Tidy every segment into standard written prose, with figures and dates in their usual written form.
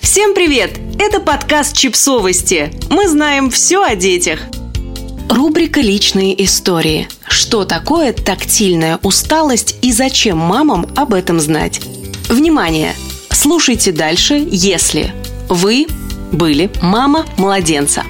Всем привет! Это подкаст «Чипсовости». Мы знаем все о детях. Рубрика «Личные истории». Что такое тактильная усталость и зачем мамам об этом знать? Внимание! Слушайте дальше, если вы были мама младенца,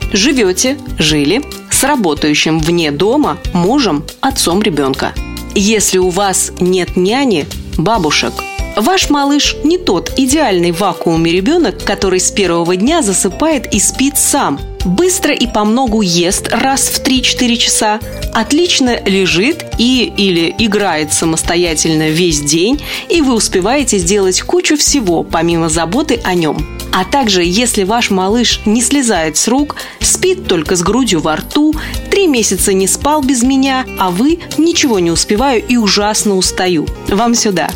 жили с работающим вне дома мужем, отцом ребенка. Если у вас нет няни, бабушек, ваш малыш не тот идеальный в вакууме ребенок, который с первого дня засыпает и спит сам. Быстро и помногу ест раз в 3-4 часа, отлично лежит или играет самостоятельно весь день, и вы успеваете сделать кучу всего, помимо заботы о нем. А также, если ваш малыш не слезает с рук, спит только с грудью во рту, 3 месяца не спал без меня, а вы ничего не успеваю и ужасно устаю. Вам сюда.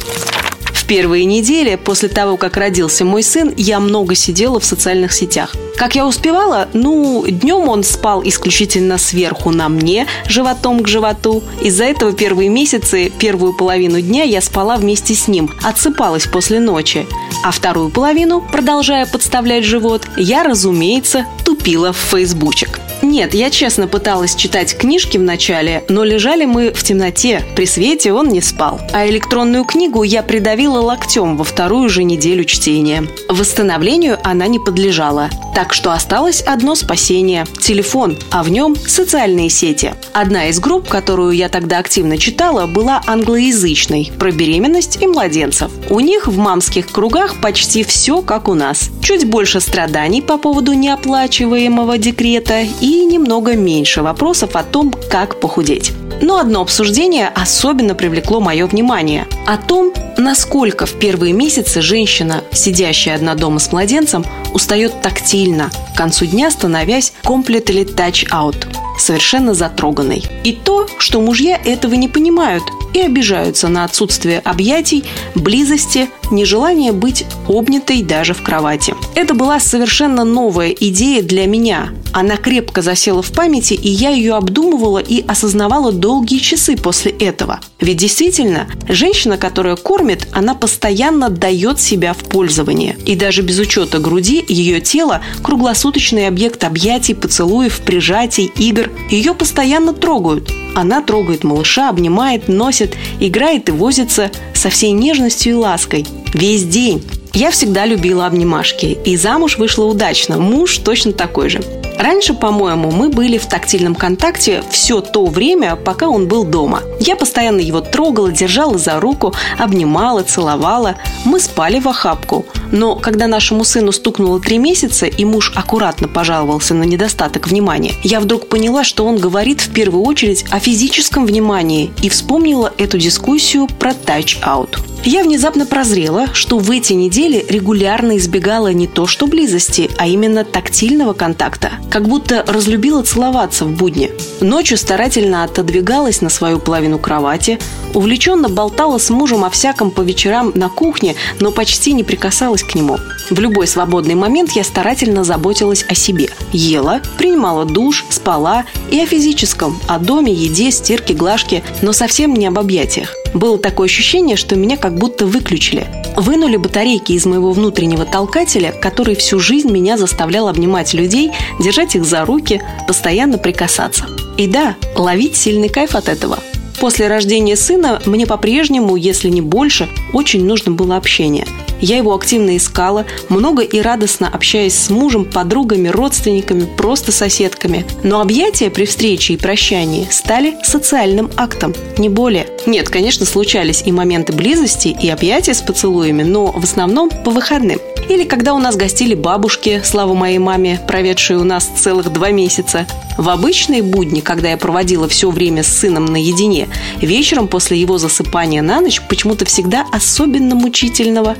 Первые недели после того, как родился мой сын, я много сидела в социальных сетях. Как я успевала? Днем он спал исключительно сверху на мне, животом к животу. Из-за этого первые месяцы, первую половину дня я спала вместе с ним, отсыпалась после ночи. А вторую половину, продолжая подставлять живот, я, разумеется, тупила в фейсбучек. Нет, я честно пыталась читать книжки вначале, но лежали мы в темноте, при свете он не спал. А электронную книгу я придавила локтем во вторую же неделю чтения. Восстановлению она не подлежала. Так что осталось одно спасение – телефон, а в нем социальные сети. Одна из групп, которую я тогда активно читала, была англоязычной, про беременность и младенцев. У них в мамских кругах почти все как у нас. Чуть больше страданий по поводу неоплачиваемого декрета и немного меньше вопросов о том, как похудеть. Но одно обсуждение особенно привлекло мое внимание. О том, насколько в первые месяцы женщина, сидящая одна дома с младенцем, устает тактильно, к концу дня становясь completely touch out, совершенно затроганной. И то, что мужья этого не понимают и обижаются на отсутствие объятий, близости, нежелание быть обнятой даже в кровати. Это была совершенно новая идея для меня. Она крепко засела в памяти, и я ее обдумывала и осознавала долгие часы после этого. Ведь действительно, женщина, которая кормит, она постоянно дает себя в пользование. И даже без учета груди, ее тело – круглосуточный объект объятий, поцелуев, прижатий, игр. Ее постоянно трогают. Она трогает малыша, обнимает, носит, играет и возится со всей нежностью и лаской. Весь день. Я всегда любила обнимашки, и замуж вышла удачно, муж точно такой же. Раньше, по-моему, мы были в тактильном контакте все то время, пока он был дома. Я постоянно его трогала, держала за руку, обнимала, целовала. Мы спали в охапку. Но когда нашему сыну стукнуло 3 месяца, и муж аккуратно пожаловался на недостаток внимания, я вдруг поняла, что он говорит в первую очередь о физическом внимании, и вспомнила эту дискуссию про touch-out. Я внезапно прозрела, что в эти недели регулярно избегала не то что близости, а именно тактильного контакта. Как будто разлюбила целоваться в будни. Ночью старательно отодвигалась на свою половину кровати, увлеченно болтала с мужем о всяком по вечерам на кухне, но почти не прикасалась к нему. В любой свободный момент я старательно заботилась о себе. Ела, принимала душ, спала и о физическом, о доме, еде, стирке, глажке, но совсем не об объятиях. Было такое ощущение, что меня как будто выключили. Вынули батарейки из моего внутреннего толкателя, который всю жизнь меня заставлял обнимать людей, держать их за руки, постоянно прикасаться. И да, ловить сильный кайф от этого. После рождения сына мне по-прежнему, если не больше, очень нужно было общение. Я его активно искала, много и радостно общаясь с мужем, подругами, родственниками, просто соседками. Но объятия при встрече и прощании стали социальным актом, не более. Нет, конечно, случались и моменты близости, и объятия с поцелуями, но в основном по выходным. Или когда у нас гостили бабушки, слава моей маме, проведшие у нас целых 2 месяца. В обычные будни, когда я проводила все время с сыном наедине, вечером после его засыпания на ночь почему-то всегда особенно мучительного,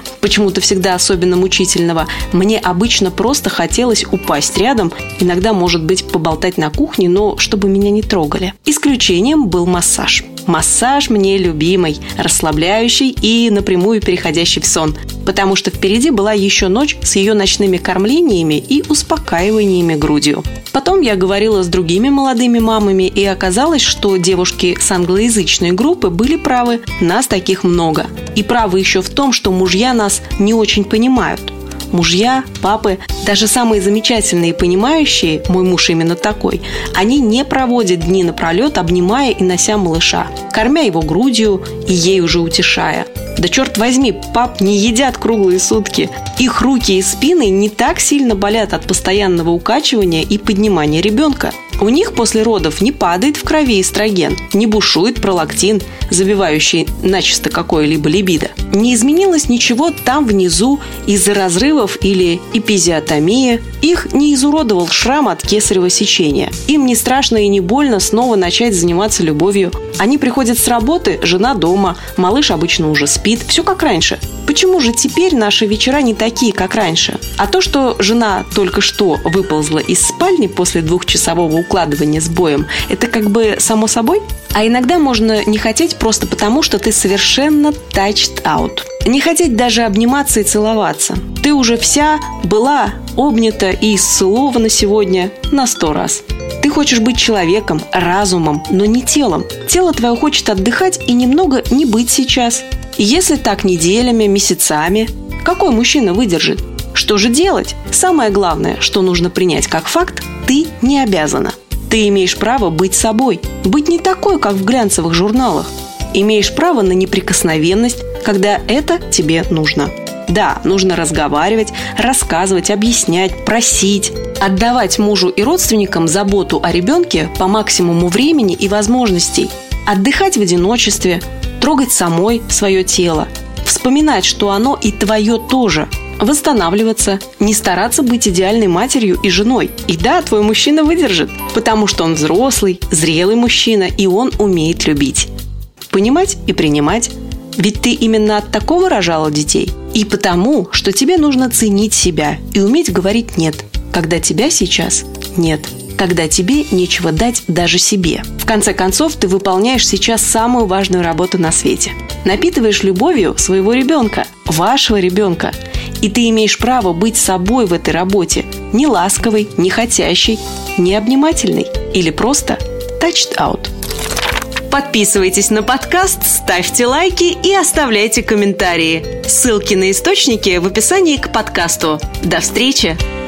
мне обычно просто хотелось упасть рядом, иногда, может быть, поболтать на кухне, но чтобы меня не трогали. Исключением был массаж. Массаж мне любимый, расслабляющий и напрямую переходящий в сон, потому что впереди была еще ночь с ее ночными кормлениями и успокаиваниями грудью. Потом я говорила с другими молодыми мамами, и оказалось, что девушки с англоязычной группы были правы, нас таких много. И правы еще в том, что мужья нас не очень понимают. мужья, папы, даже самые замечательные и понимающие, мой муж именно такой, они не проводят дни напролет, обнимая и нося малыша, кормя его грудью и ей уже утешая. Да черт возьми, пап не едят круглые сутки. Их руки и спины не так сильно болят от постоянного укачивания и поднимания ребенка. У них после родов не падает в крови эстроген, не бушует пролактин, забивающий начисто какое-либо либидо. Не изменилось ничего там внизу из-за разрывов или эпизиотомии. Их не изуродовал шрам от кесарево сечения. Им не страшно и не больно снова начать заниматься любовью. Они приходят с работы, жена дома, малыш обычно уже спит. Все как раньше. Почему же теперь наши вечера не такие, как раньше? А то, что жена только что выползла из спальни после 2-часового укладывания с боем, это как бы само собой? А иногда можно не хотеть просто потому, что ты совершенно touched out. Не хотеть даже обниматься и целоваться. Ты уже вся была обнята и исцелована сегодня на 100 раз. Ты хочешь быть человеком, разумом, но не телом. Тело твое хочет отдыхать и немного не быть сейчас. И если так неделями, месяцами, какой мужчина выдержит? Что же делать? Самое главное, что нужно принять как факт, ты не обязана. Ты имеешь право быть собой, быть не такой, как в глянцевых журналах. Имеешь право на неприкосновенность, когда это тебе нужно. Да, нужно разговаривать, рассказывать, объяснять, просить, отдавать мужу и родственникам заботу о ребенке по максимуму времени и возможностей, отдыхать в одиночестве, трогать самой свое тело, вспоминать, что оно и твое тоже, восстанавливаться, не стараться быть идеальной матерью и женой. И да, твой мужчина выдержит, потому что он взрослый, зрелый мужчина, и он умеет любить. Понимать и принимать. Ведь ты именно от такого рожала детей. И потому, что тебе нужно ценить себя и уметь говорить «нет», когда тебя сейчас нет, когда тебе нечего дать даже себе. В конце концов, ты выполняешь сейчас самую важную работу на свете. Напитываешь любовью своего ребенка, вашего ребенка. И ты имеешь право быть собой в этой работе. Не ласковой, не хотящей, не обнимательной. Или просто touched out. Подписывайтесь на подкаст, ставьте лайки и оставляйте комментарии. Ссылки на источники в описании к подкасту. До встречи!